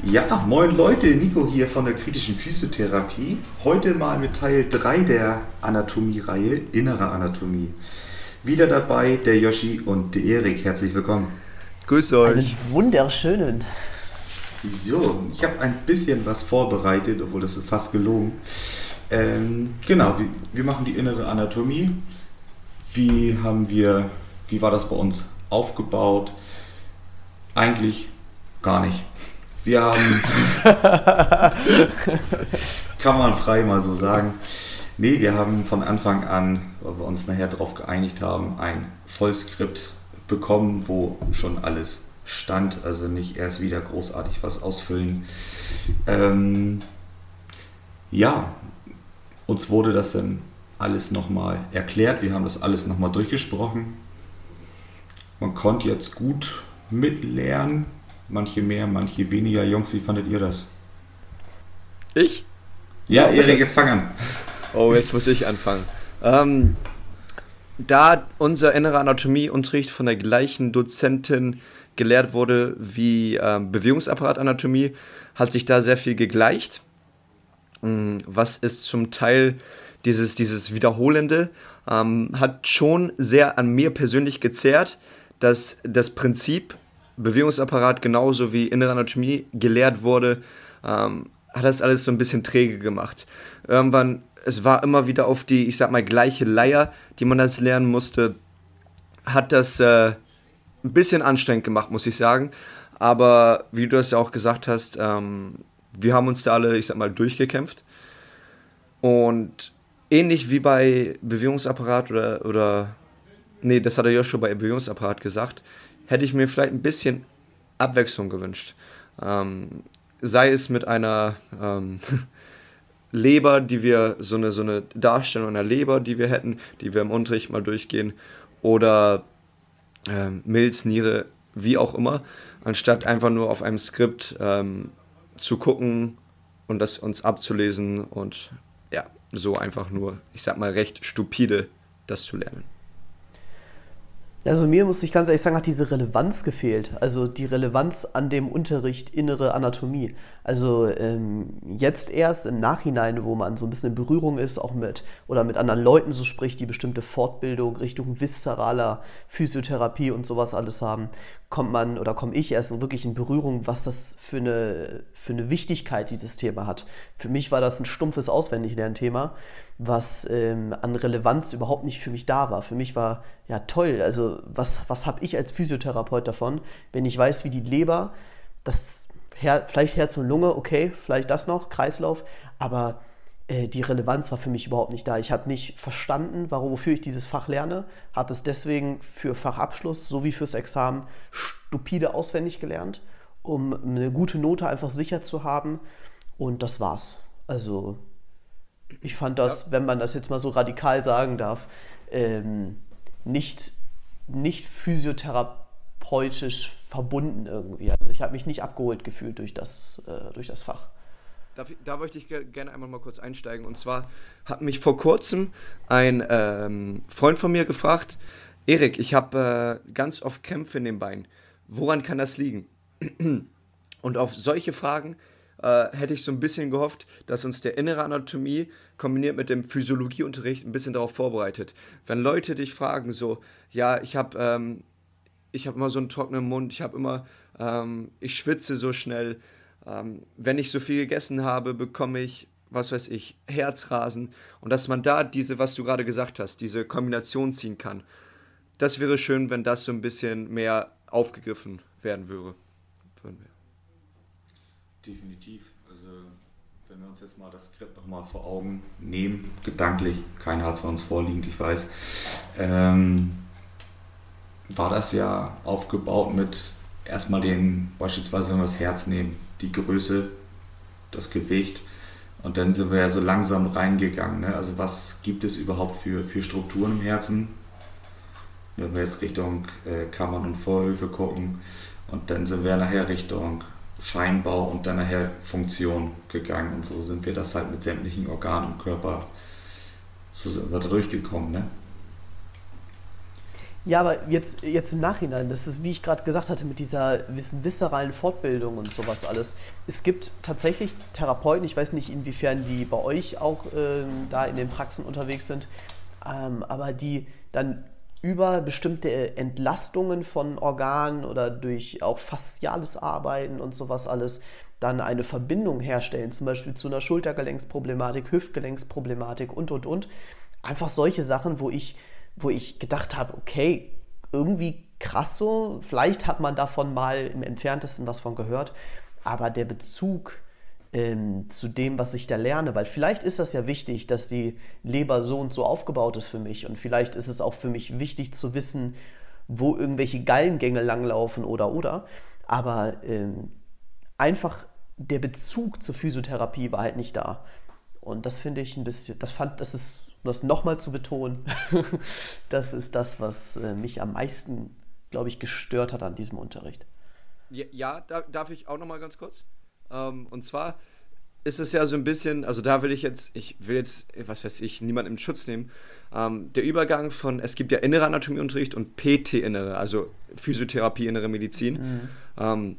Ja, moin Leute, Nico hier von der kritischen Physiotherapie. Heute mal mit Teil 3 der Anatomie-Reihe Innere Anatomie. Wieder dabei der Yoshi und der Erik. Herzlich willkommen. Grüße Einen euch. wunderschönen. So, ich habe ein bisschen was vorbereitet, obwohl das ist fast gelogen. Genau, wir machen die innere Anatomie. Wie war das bei uns aufgebaut? Eigentlich gar nicht. Wir haben, kann man frei mal so sagen, nee, wir haben von Anfang an, weil wir uns nachher darauf geeinigt haben, ein Vollskript bekommen, wo schon alles stand, also nicht erst wieder großartig was ausfüllen. Ja, uns wurde das dann alles nochmal erklärt, wir haben das alles nochmal durchgesprochen. Man konnte jetzt gut mitlernen, manche mehr, manche weniger. Jungs, wie fandet ihr das? Ich? Ja, Erik, jetzt fang an. Oh, jetzt muss ich anfangen. Da unser innerer Anatomieunterricht von der gleichen Dozentin gelehrt wurde wie Bewegungsapparatsanatomie, hat sich da sehr viel gegleicht. Was ist zum Teil dieses Wiederholende, hat schon sehr an mir persönlich gezerrt, dass das Prinzip Bewegungsapparat genauso wie innere Anatomie gelehrt wurde, hat das alles so ein bisschen träge gemacht. Irgendwann, es war immer wieder auf die, ich sag mal, gleiche Leier, die man das lernen musste, hat das ein bisschen anstrengend gemacht, muss ich sagen. Aber wie du das ja auch gesagt hast, wir haben uns da alle, ich sag mal, durchgekämpft. Und ähnlich wie bei Bewegungsapparat nee, das hat er ja schon bei Bewegungsapparat gesagt, hätte ich mir vielleicht ein bisschen Abwechslung gewünscht. Sei es mit einer Leber, die wir, so eine Darstellung einer Leber, die wir hätten, die wir im Unterricht mal durchgehen, oder Milz, Niere, wie auch immer, anstatt einfach nur auf einem Skript zu gucken und das uns abzulesen und ja, so einfach nur, ich sag mal, recht stupide das zu lernen. Also mir, muss ich ganz ehrlich sagen, hat diese Relevanz gefehlt. Also die Relevanz an dem Unterricht innere Anatomie. Also jetzt erst im Nachhinein, wo man so ein bisschen in Berührung ist, auch mit anderen Leuten so spricht, die bestimmte Fortbildung Richtung viszeraler Physiotherapie und sowas alles haben, komme ich erst wirklich in Berührung, was das für eine Wichtigkeit dieses Thema hat. Für mich war das ein stumpfes Auswendiglernthema, was an Relevanz überhaupt nicht für mich da war. Für mich war, ja toll, also was habe ich als Physiotherapeut davon, wenn ich weiß, wie die Leber, vielleicht Herz und Lunge, okay, vielleicht das noch, Kreislauf, aber die Relevanz war für mich überhaupt nicht da. Ich habe nicht verstanden, wofür ich dieses Fach lerne, habe es deswegen für Fachabschluss sowie fürs Examen stupide auswendig gelernt, um eine gute Note einfach sicher zu haben, und das war's. Also ich fand das, wenn man das jetzt mal so radikal sagen darf, nicht physiotherapeutisch verbunden irgendwie. Also ich habe mich nicht abgeholt gefühlt durch das Fach. Da möchte ich gerne einmal mal kurz einsteigen. Und zwar hat mich vor kurzem ein Freund von mir gefragt: Erik, ich habe ganz oft Krämpfe in den Beinen. Woran kann das liegen? Und auf solche Fragen hätte ich so ein bisschen gehofft, dass uns der innere Anatomie kombiniert mit dem Physiologieunterricht ein bisschen darauf vorbereitet. Wenn Leute dich fragen so, ja, ich habe immer so einen trockenen Mund, ich schwitze so schnell, wenn ich so viel gegessen habe, bekomme ich, was weiß ich, Herzrasen, und dass man da was du gerade gesagt hast, diese Kombination ziehen kann. Das wäre schön, wenn das so ein bisschen mehr aufgegriffen werden würde. Definitiv. Also wenn wir uns jetzt mal das Skript nochmal vor Augen nehmen, gedanklich, keiner hat es bei uns vorliegend, ich weiß, war das ja aufgebaut mit erstmal beispielsweise das Herz nehmen, die Größe, das Gewicht, und dann sind wir ja so langsam reingegangen. Ne? Also was gibt es überhaupt für Strukturen im Herzen? Wenn wir jetzt Richtung Kammern und Vorhöfe gucken, und dann sind wir nachher Richtung Feinbau und dann nachher Funktion gegangen, und so sind wir das halt mit sämtlichen Organen im Körper, so sind wir da durchgekommen, ne? Ja, aber jetzt im Nachhinein, das ist, wie ich gerade gesagt hatte, mit dieser viszeralen Fortbildung und sowas alles. Es gibt tatsächlich Therapeuten, ich weiß nicht, inwiefern die bei euch auch da in den Praxen unterwegs sind, aber die dann über bestimmte Entlastungen von Organen oder durch auch fasziales Arbeiten und sowas alles dann eine Verbindung herstellen, zum Beispiel zu einer Schultergelenksproblematik, Hüftgelenksproblematik und. Einfach solche Sachen, wo ich gedacht habe, okay, irgendwie krass so, vielleicht hat man davon mal im Entferntesten was von gehört, aber der Bezug zu dem, was ich da lerne, weil vielleicht ist das ja wichtig, dass die Leber so und so aufgebaut ist für mich und vielleicht ist es auch für mich wichtig zu wissen, wo irgendwelche Gallengänge langlaufen oder, aber einfach der Bezug zur Physiotherapie war halt nicht da und das finde ich ein bisschen, das ist, um das nochmal zu betonen, das ist das, was mich am meisten, glaube ich, gestört hat an diesem Unterricht. Ja, darf ich auch nochmal ganz kurz? Und zwar ist es ja so ein bisschen, also da will ich jetzt, was weiß ich, niemanden in Schutz nehmen. Der Übergang von, es gibt ja innere Anatomieunterricht und PT-Innere, also Physiotherapie, innere Medizin. Und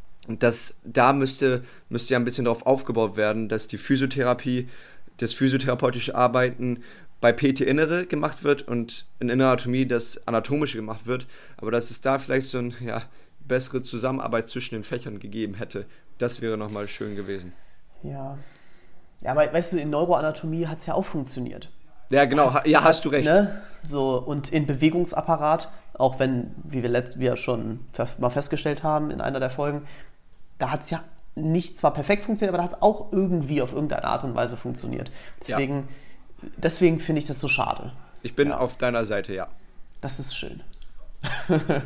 da müsste ja ein bisschen darauf aufgebaut werden, dass die Physiotherapie, das physiotherapeutische Arbeiten bei PT-Innere gemacht wird und in Innere Anatomie das Anatomische gemacht wird, aber dass es da vielleicht so eine bessere Zusammenarbeit zwischen den Fächern gegeben hätte, das wäre nochmal schön gewesen. Ja, aber weißt du, in Neuroanatomie hat es ja auch funktioniert. Ja, genau, hast du recht. Ne? So, und in Bewegungsapparat, auch wenn, wie wir schon mal festgestellt haben in einer der Folgen, da hat es ja nicht zwar perfekt funktioniert, aber da hat es auch irgendwie auf irgendeine Art und Weise funktioniert. Deswegen finde ich das so schade. Ich bin auf deiner Seite, ja. Das ist schön. Ich kann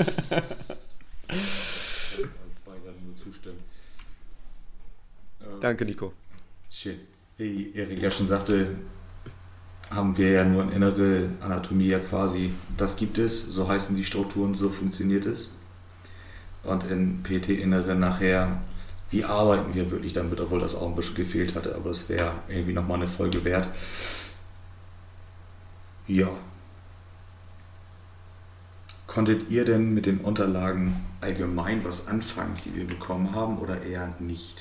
beide nur zustimmen. Danke, Nico. Schön. Wie Erik ja schon sagte, haben wir ja nur eine innere Anatomie ja quasi. Das gibt es, so heißen die Strukturen, so funktioniert es. Und in PT-Innere nachher, wie arbeiten wir wirklich damit, obwohl das auch ein bisschen gefehlt hatte, aber es wäre irgendwie nochmal eine Folge wert. Ja. Konntet ihr denn mit den Unterlagen allgemein was anfangen, die wir bekommen haben, oder eher nicht?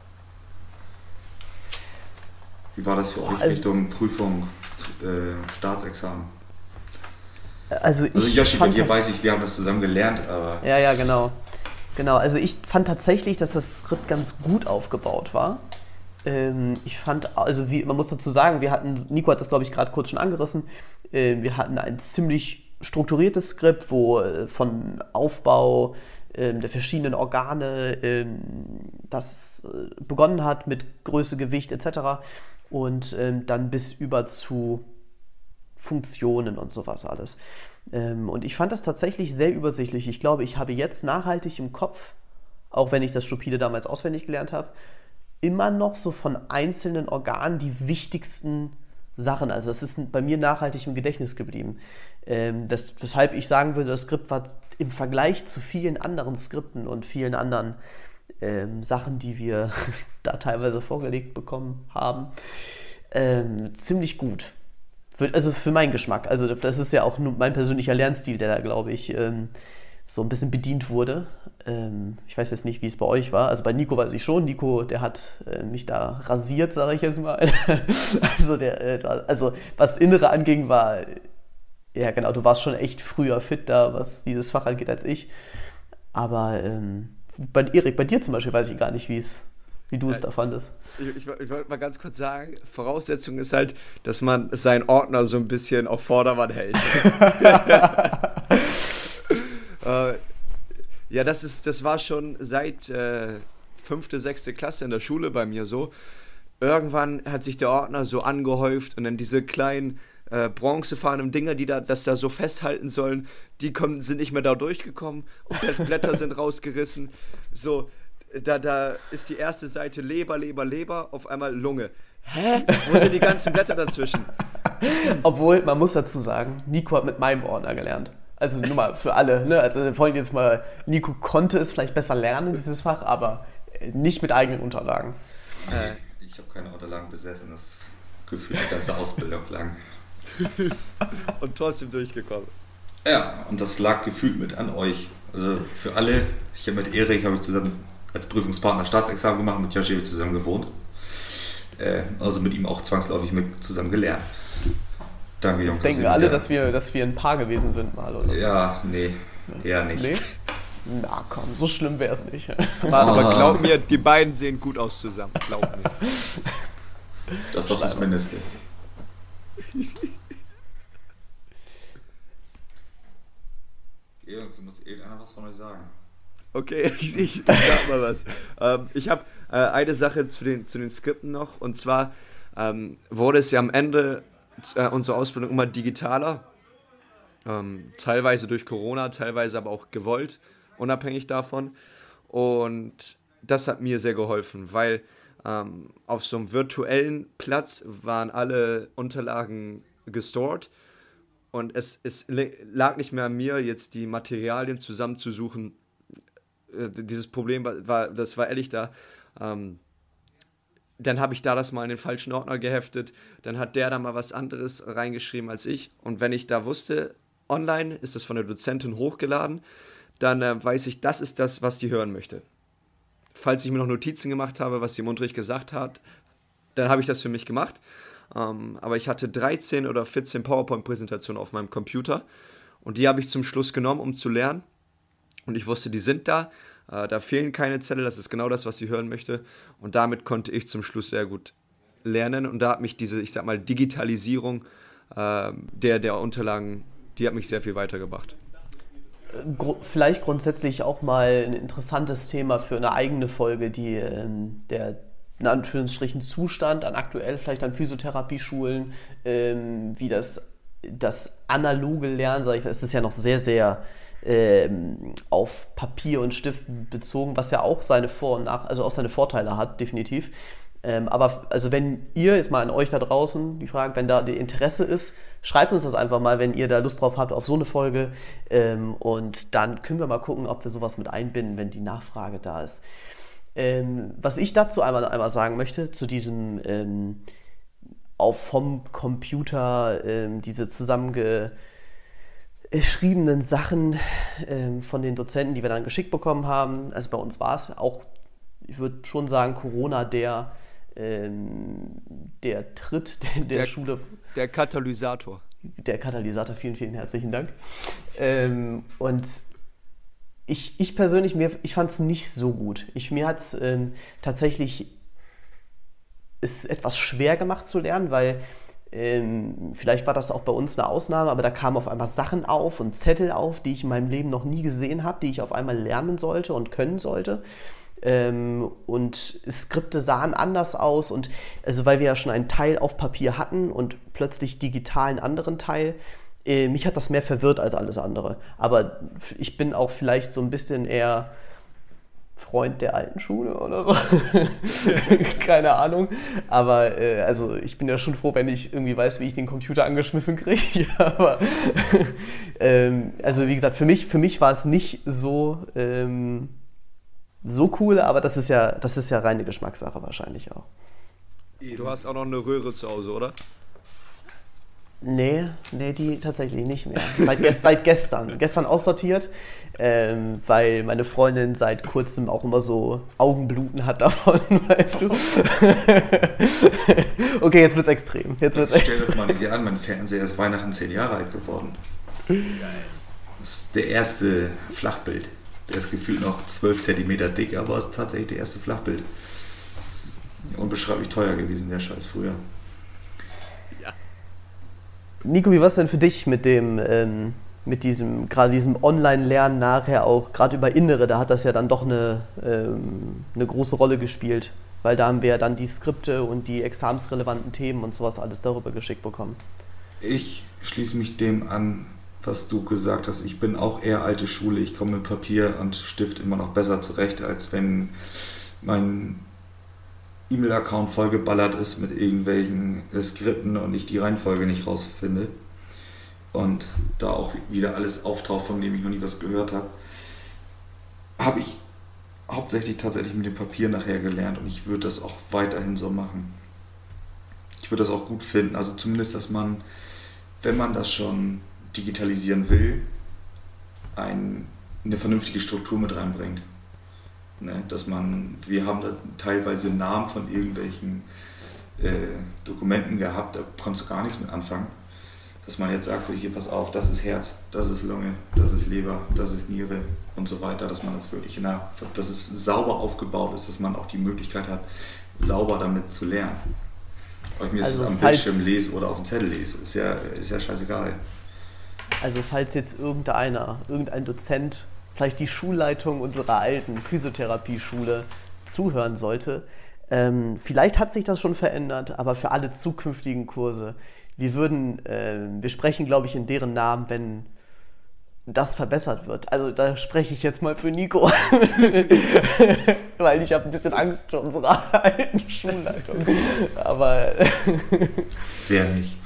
Wie war das für euch Richtung Prüfung, Staatsexamen? Also Joshi, bei dir weiß ich, wir haben das zusammen gelernt, aber... Ja, genau. Genau, also ich fand tatsächlich, dass das Skript ganz gut aufgebaut war. Ich fand, also man muss dazu sagen, Nico hat das glaube ich gerade kurz schon angerissen, wir hatten ein ziemlich strukturiertes Skript, wo von Aufbau der verschiedenen Organe das begonnen hat mit Größe, Gewicht etc. und dann bis über zu Funktionen und sowas alles. Und ich fand das tatsächlich sehr übersichtlich. Ich glaube, ich habe jetzt nachhaltig im Kopf, auch wenn ich das Stupide damals auswendig gelernt habe, immer noch so von einzelnen Organen die wichtigsten Sachen. Also das ist bei mir nachhaltig im Gedächtnis geblieben. Weshalb ich sagen würde, das Skript war im Vergleich zu vielen anderen Skripten und vielen anderen Sachen, die wir da teilweise vorgelegt bekommen haben, ziemlich gut. Also für meinen Geschmack. Also das ist ja auch nur mein persönlicher Lernstil, der da, glaube ich, so ein bisschen bedient wurde. Ich weiß jetzt nicht, wie es bei euch war. Also bei Nico weiß ich schon. Nico, der hat mich da rasiert, sage ich jetzt mal. Also was Innere anging, war, ja genau, du warst schon echt früher fit da, was dieses Fach angeht, als ich. Aber bei Erik, bei dir zum Beispiel weiß ich gar nicht, wie du es da fandest. Ich wollte mal ganz kurz sagen, Voraussetzung ist halt, dass man seinen Ordner so ein bisschen auf Vordermann hält. Ja, das war schon seit 5., 6. Klasse in der Schule bei mir so. Irgendwann hat sich der Ordner so angehäuft und dann diese kleinen bronzefarbenen Dinger, die das da so festhalten sollen, sind nicht mehr da durchgekommen und Blätter sind rausgerissen. So, da ist die erste Seite Leber, auf einmal Lunge. Hä? Wo sind die ganzen Blätter dazwischen? Obwohl, man muss dazu sagen, Nico hat mit meinem Ordner gelernt. Also nur mal für alle, ne? Also wir wollen jetzt mal, Nico konnte es vielleicht besser lernen, dieses Fach, aber nicht mit eigenen Unterlagen. Ich habe keine Unterlagen besessen, das Gefühl die ganze Ausbildung lang. Und trotzdem durchgekommen. Ja, und das lag gefühlt mit an euch. Also für alle, ich habe mit Erik zusammen als Prüfungspartner Staatsexamen gemacht, mit Joshi zusammen gewohnt. Also mit ihm auch zwangsläufig mit zusammen gelernt. Danke, Jungs. Denken alle, dass wir ein Paar gewesen sind mal, oder so? Ja, nee, eher nicht. Nee? Na komm, so schlimm wäre es nicht. Aber glaub mir, die beiden sehen gut aus zusammen. Glaub mir. Das ist doch das Mindeste. Jungs, muss irgendeiner was von euch sagen. Okay, ich sag mal was. Ich habe eine Sache zu den Skripten noch. Und zwar wurde es ja am Ende unserer Ausbildung immer digitaler. Teilweise durch Corona, teilweise aber auch gewollt, unabhängig davon. Und das hat mir sehr geholfen, weil auf so einem virtuellen Platz waren alle Unterlagen gestored. Und es lag nicht mehr an mir, jetzt die Materialien zusammenzusuchen. Dieses Problem war ehrlich da. Dann habe ich das mal in den falschen Ordner geheftet. Dann hat der da mal was anderes reingeschrieben als ich. Und wenn ich da wusste, online ist das von der Dozentin hochgeladen, dann weiß ich, das ist das, was die hören möchte. Falls ich mir noch Notizen gemacht habe, was sie im Unterricht gesagt hat, dann habe ich das für mich gemacht. Aber ich hatte 13 oder 14 PowerPoint-Präsentationen auf meinem Computer und die habe ich zum Schluss genommen, um zu lernen. Und ich wusste, die sind da. Da fehlen keine Zettel, das ist genau das, was sie hören möchte. Und damit konnte ich zum Schluss sehr gut lernen. Und da hat mich diese, ich sag mal, Digitalisierung der Unterlagen, die hat mich sehr viel weitergebracht. Vielleicht grundsätzlich auch mal ein interessantes Thema für eine eigene Folge, die der in Anführungsstrichen Zustand vielleicht an Physiotherapieschulen, wie das analoge Lernen, sag ich mal, ist es ja noch sehr, sehr auf Papier und Stift bezogen, was ja auch seine auch seine Vorteile hat, definitiv. Aber also wenn ihr, jetzt mal an euch da draußen, die Frage, wenn da die Interesse ist, schreibt uns das einfach mal, wenn ihr da Lust drauf habt auf so eine Folge, und dann können wir mal gucken, ob wir sowas mit einbinden, wenn die Nachfrage da ist. Was ich dazu einmal sagen möchte, zu diesem vom Computer diese zusammengeschriebenen Sachen von den Dozenten, die wir dann geschickt bekommen haben. Also bei uns war es auch, ich würde schon sagen, Corona der Tritt der Schule. Der Katalysator. Der Katalysator, vielen, vielen herzlichen Dank. Und ich persönlich, ich fand es nicht so gut. Mir hat es tatsächlich etwas schwer gemacht zu lernen, weil vielleicht war das auch bei uns eine Ausnahme, aber da kamen auf einmal Sachen auf und Zettel auf, die ich in meinem Leben noch nie gesehen habe, die ich auf einmal lernen sollte und können sollte. Und Skripte sahen anders aus, und also weil wir ja schon einen Teil auf Papier hatten und plötzlich digital einen anderen Teil, mich hat das mehr verwirrt als alles andere. Aber ich bin auch vielleicht so ein bisschen eher Freund der alten Schule oder so. Keine Ahnung. Aber also ich bin ja schon froh, wenn ich irgendwie weiß, wie ich den Computer angeschmissen kriege. Aber also wie gesagt, für mich war es nicht so cool, aber das ist ja reine Geschmackssache wahrscheinlich auch. Du hast auch noch eine Röhre zu Hause, oder? Nee, die tatsächlich nicht mehr. Seit gestern. Gestern aussortiert, weil meine Freundin seit kurzem auch immer so Augenbluten hat davon, weißt du. Okay, jetzt wird's extrem. Stell dir mal nicht an, mein Fernseher ist Weihnachten 10 Jahre alt geworden. Das ist der erste Flachbild. Der ist gefühlt noch 12 cm dick, aber ist tatsächlich der erste Flachbild. Unbeschreiblich teuer gewesen, der Scheiß früher. Nico, wie war es denn für dich mit diesem Online-Lernen nachher auch, gerade über Innere, da hat das ja dann doch eine große Rolle gespielt, weil da haben wir ja dann die Skripte und die examensrelevanten Themen und sowas alles darüber geschickt bekommen. Ich schließe mich dem an, was du gesagt hast. Ich bin auch eher alte Schule, ich komme mit Papier und Stift immer noch besser zurecht, als wenn mein E-Mail-Account vollgeballert ist mit irgendwelchen Skripten und ich die Reihenfolge nicht rausfinde und da auch wieder alles auftaucht, von dem ich noch nie was gehört habe, habe ich hauptsächlich tatsächlich mit dem Papier nachher gelernt, und ich würde das auch weiterhin so machen. Ich würde das auch gut finden, also zumindest, dass man, wenn man das schon digitalisieren will, eine vernünftige Struktur mit reinbringt. Ne? Wir haben da teilweise Namen von irgendwelchen Dokumenten gehabt, da konntest du gar nichts mit anfangen. Dass man jetzt sagt, so hier pass auf, das ist Herz, das ist Lunge, das ist Leber, das ist Niere und so weiter, dass man das wirklich dass es sauber aufgebaut ist, dass man auch die Möglichkeit hat, sauber damit zu lernen. Ob ich mir das am Bildschirm lese oder auf dem Zettel lese, ist ja scheißegal. Also falls jetzt irgendein Dozent, vielleicht die Schulleitung unserer alten Physiotherapie-Schule zuhören sollte, vielleicht hat sich das schon verändert, aber für alle zukünftigen Kurse, wir sprechen, glaube ich, in deren Namen, wenn das verbessert wird. Also da spreche ich jetzt mal für Nico, weil ich habe ein bisschen Angst vor unserer alten Schulleitung. Aber wer nicht?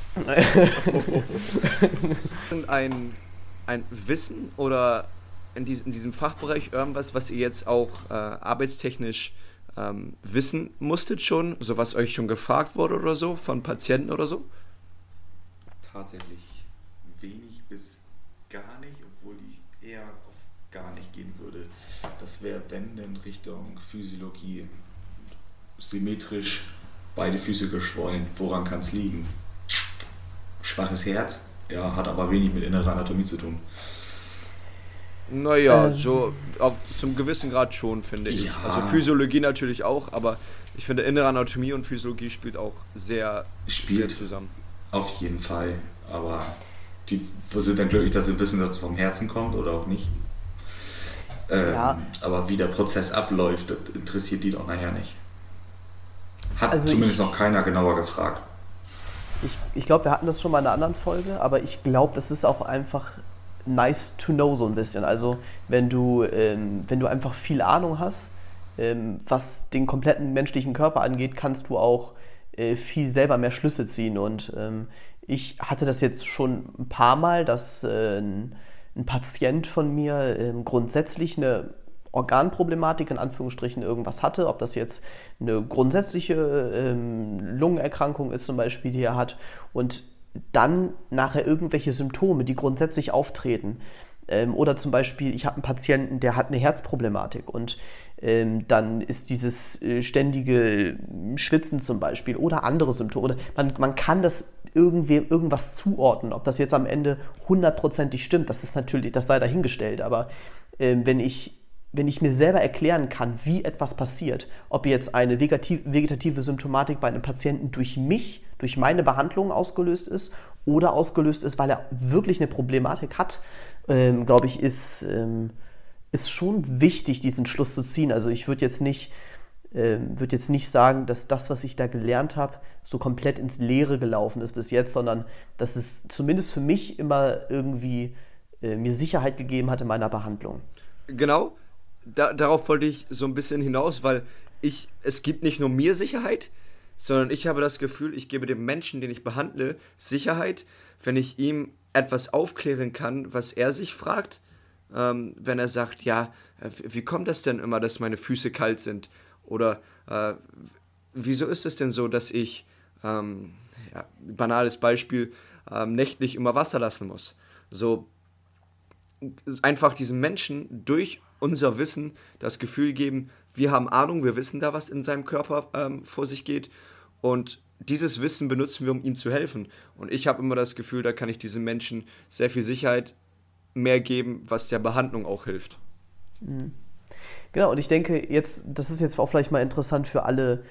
ein Wissen oder in diesem Fachbereich irgendwas, was ihr jetzt auch arbeitstechnisch wissen musstet schon, so was euch schon gefragt wurde oder so, von Patienten oder so? Tatsächlich wenig bis gar nicht, obwohl ich eher auf gar nicht gehen würde. Das wäre, wenn denn Richtung Physiologie, symmetrisch, beide Füße geschwollen. Woran kann es liegen? Schwaches Herz, ja, hat aber wenig mit innerer Anatomie zu tun. Naja, so zum gewissen Grad schon, finde ich. Ja. Also Physiologie natürlich auch, aber ich finde, innere Anatomie und Physiologie spielt auch sehr zusammen. Auf jeden Fall, aber die sind dann glücklich, dass sie wissen, dass es vom Herzen kommt oder auch nicht. Aber wie der Prozess abläuft, das interessiert die doch nachher nicht. Hat zumindest noch keiner genauer gefragt. Ich glaube, wir hatten das schon mal in einer anderen Folge, aber ich glaube, das ist auch einfach nice to know so ein bisschen. Also wenn du einfach viel Ahnung hast, was den kompletten menschlichen Körper angeht, kannst du auch viel selber mehr Schlüsse ziehen. Und ich hatte das jetzt schon ein paar Mal, dass ein Patient von mir grundsätzlich eine Organproblematik in Anführungsstrichen irgendwas hatte, ob das jetzt eine grundsätzliche Lungenerkrankung ist zum Beispiel, die er hat, und dann nachher irgendwelche Symptome, die grundsätzlich auftreten. Oder zum Beispiel, ich habe einen Patienten, der hat eine Herzproblematik und dann ist dieses ständige Schwitzen zum Beispiel oder andere Symptome. Oder man kann das irgendwas zuordnen, ob das jetzt am Ende 100% stimmt, das sei dahingestellt. Aber wenn ich mir selber erklären kann, wie etwas passiert, ob jetzt eine vegetative Symptomatik bei einem Patienten durch meine Behandlung ausgelöst ist oder ausgelöst ist, weil er wirklich eine Problematik hat, glaube ich, ist schon wichtig, diesen Schluss zu ziehen. Also ich würde jetzt nicht sagen, dass das, was ich da gelernt habe, so komplett ins Leere gelaufen ist bis jetzt, sondern dass es zumindest für mich immer irgendwie mir Sicherheit gegeben hat in meiner Behandlung. Genau, darauf wollte ich so ein bisschen hinaus, weil es gibt nicht nur mir Sicherheit, sondern ich habe das Gefühl, ich gebe dem Menschen, den ich behandle, Sicherheit, wenn ich ihm etwas aufklären kann, was er sich fragt, wenn er sagt, ja, wie kommt das denn immer, dass meine Füße kalt sind? Oder wieso ist es denn so, dass ich, banales Beispiel, nächtlich immer Wasser lassen muss? So einfach diesen Menschen durch unser Wissen das Gefühl geben, wir haben Ahnung, wir wissen da, was in seinem Körper vor sich geht, und dieses Wissen benutzen wir, um ihm zu helfen. Und ich habe immer das Gefühl, da kann ich diesem Menschen sehr viel Sicherheit mehr geben, was der Behandlung auch hilft. Mhm. Genau, und ich denke, das ist jetzt auch vielleicht mal interessant für alle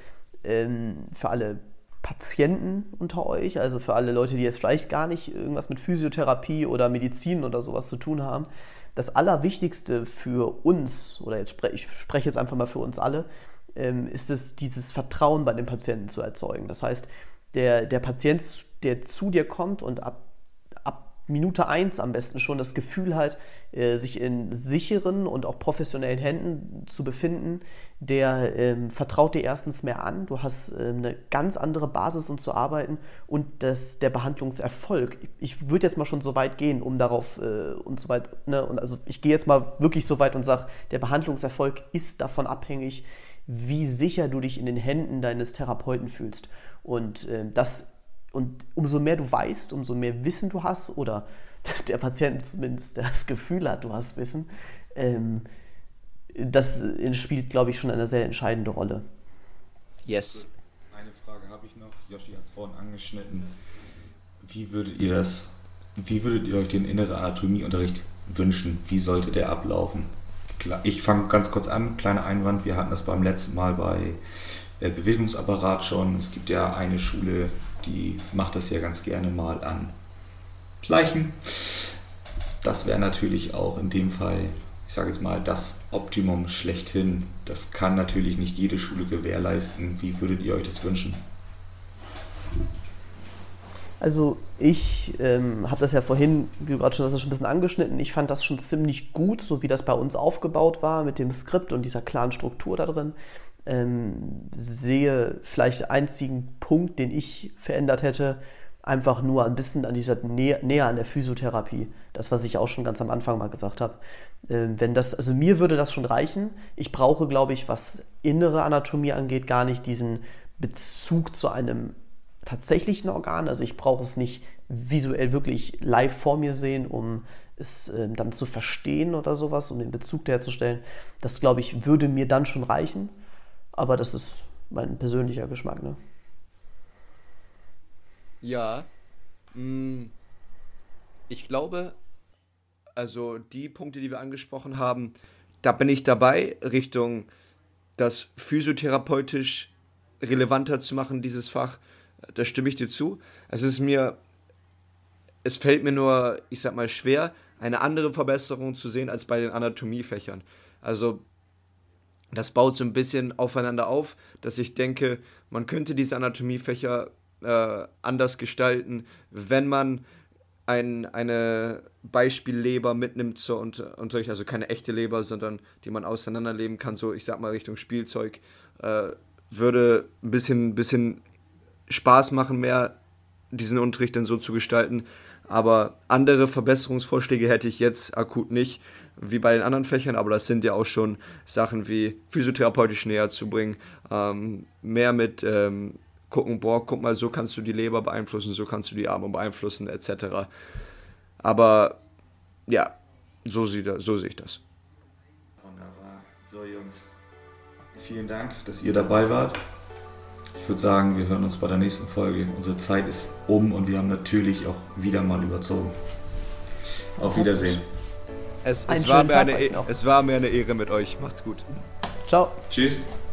Patienten unter euch, also für alle Leute, die jetzt vielleicht gar nicht irgendwas mit Physiotherapie oder Medizin oder sowas zu tun haben. Das Allerwichtigste für uns, oder ich spreche jetzt einfach mal für uns alle, ist es, dieses Vertrauen bei den Patienten zu erzeugen. Das heißt, der Patient, der zu dir kommt und ab Minute 1 am besten schon das Gefühl hat, sich in sicheren und auch professionellen Händen zu befinden, der vertraut dir erstens mehr an, du hast eine ganz andere Basis, um zu arbeiten, und der Behandlungserfolg. Ich würde jetzt mal schon so weit gehen, um darauf und so weit, ne, und also ich gehe jetzt mal wirklich so weit und sage, der Behandlungserfolg ist davon abhängig, wie sicher du dich in den Händen deines Therapeuten fühlst. Und umso mehr du weißt, umso mehr Wissen du hast oder der Patient zumindest das Gefühl hat, du hast Wissen, das spielt, glaube ich, schon eine sehr entscheidende Rolle. Yes. Eine Frage habe ich noch. Yoshi hat es vorhin angeschnitten. Wie würdet ihr euch den inneren Anatomieunterricht wünschen? Wie sollte der ablaufen? Klar, ich fange ganz kurz an, kleiner Einwand. Wir hatten das beim letzten Mal bei Bewegungsapparat schon. Es gibt ja eine Schule, die macht das ja ganz gerne mal an Leichen. Das wäre natürlich auch in dem Fall, ich sage jetzt mal, das Optimum schlechthin. Das kann natürlich nicht jede Schule gewährleisten. Wie würdet ihr euch das wünschen? Also ich habe das ja vorhin, wie du gerade schon ein bisschen angeschnitten, ich fand das schon ziemlich gut, so wie das bei uns aufgebaut war mit dem Skript und dieser klaren Struktur da drin. Sehe vielleicht einzigen Punkt, den ich verändert hätte, einfach nur ein bisschen an dieser näher an der Physiotherapie. Das, was ich auch schon ganz am Anfang mal gesagt habe. Also mir würde das schon reichen. Ich brauche, glaube ich, was innere Anatomie angeht, gar nicht diesen Bezug zu einem tatsächlichen Organ. Also ich brauche es nicht visuell wirklich live vor mir sehen, um es dann zu verstehen oder sowas, um den Bezug herzustellen. Das, glaube ich, würde mir dann schon reichen. Aber das ist mein persönlicher Geschmack, ne? Ja, ich glaube, also die Punkte, die wir angesprochen haben, da bin ich dabei, Richtung das physiotherapeutisch relevanter zu machen, dieses Fach, da stimme ich dir zu. Es fällt mir nur, ich sag mal, schwer, eine andere Verbesserung zu sehen als bei den Anatomiefächern. Also das baut so ein bisschen aufeinander auf, dass ich denke, man könnte diese Anatomiefächer anders gestalten, wenn man eine Beispielleber mitnimmt zur Unterricht, also keine echte Leber, sondern die man auseinanderleben kann, so ich sag mal Richtung Spielzeug, würde ein bisschen Spaß machen, mehr diesen Unterricht dann so zu gestalten. Aber andere Verbesserungsvorschläge hätte ich jetzt akut nicht, wie bei den anderen Fächern, aber das sind ja auch schon Sachen wie physiotherapeutisch näher zu bringen, mehr mit gucken, guck mal, so kannst du die Leber beeinflussen, so kannst du die Arme beeinflussen, etc. Aber ja, so sehe ich das. Wunderbar. So Jungs, vielen Dank, dass ihr dabei wart. Ich würde sagen, wir hören uns bei der nächsten Folge. Unsere Zeit ist um und wir haben natürlich auch wieder mal überzogen. Auf Wiedersehen. Es war mir eine Ehre mit euch. Macht's gut. Ciao. Tschüss.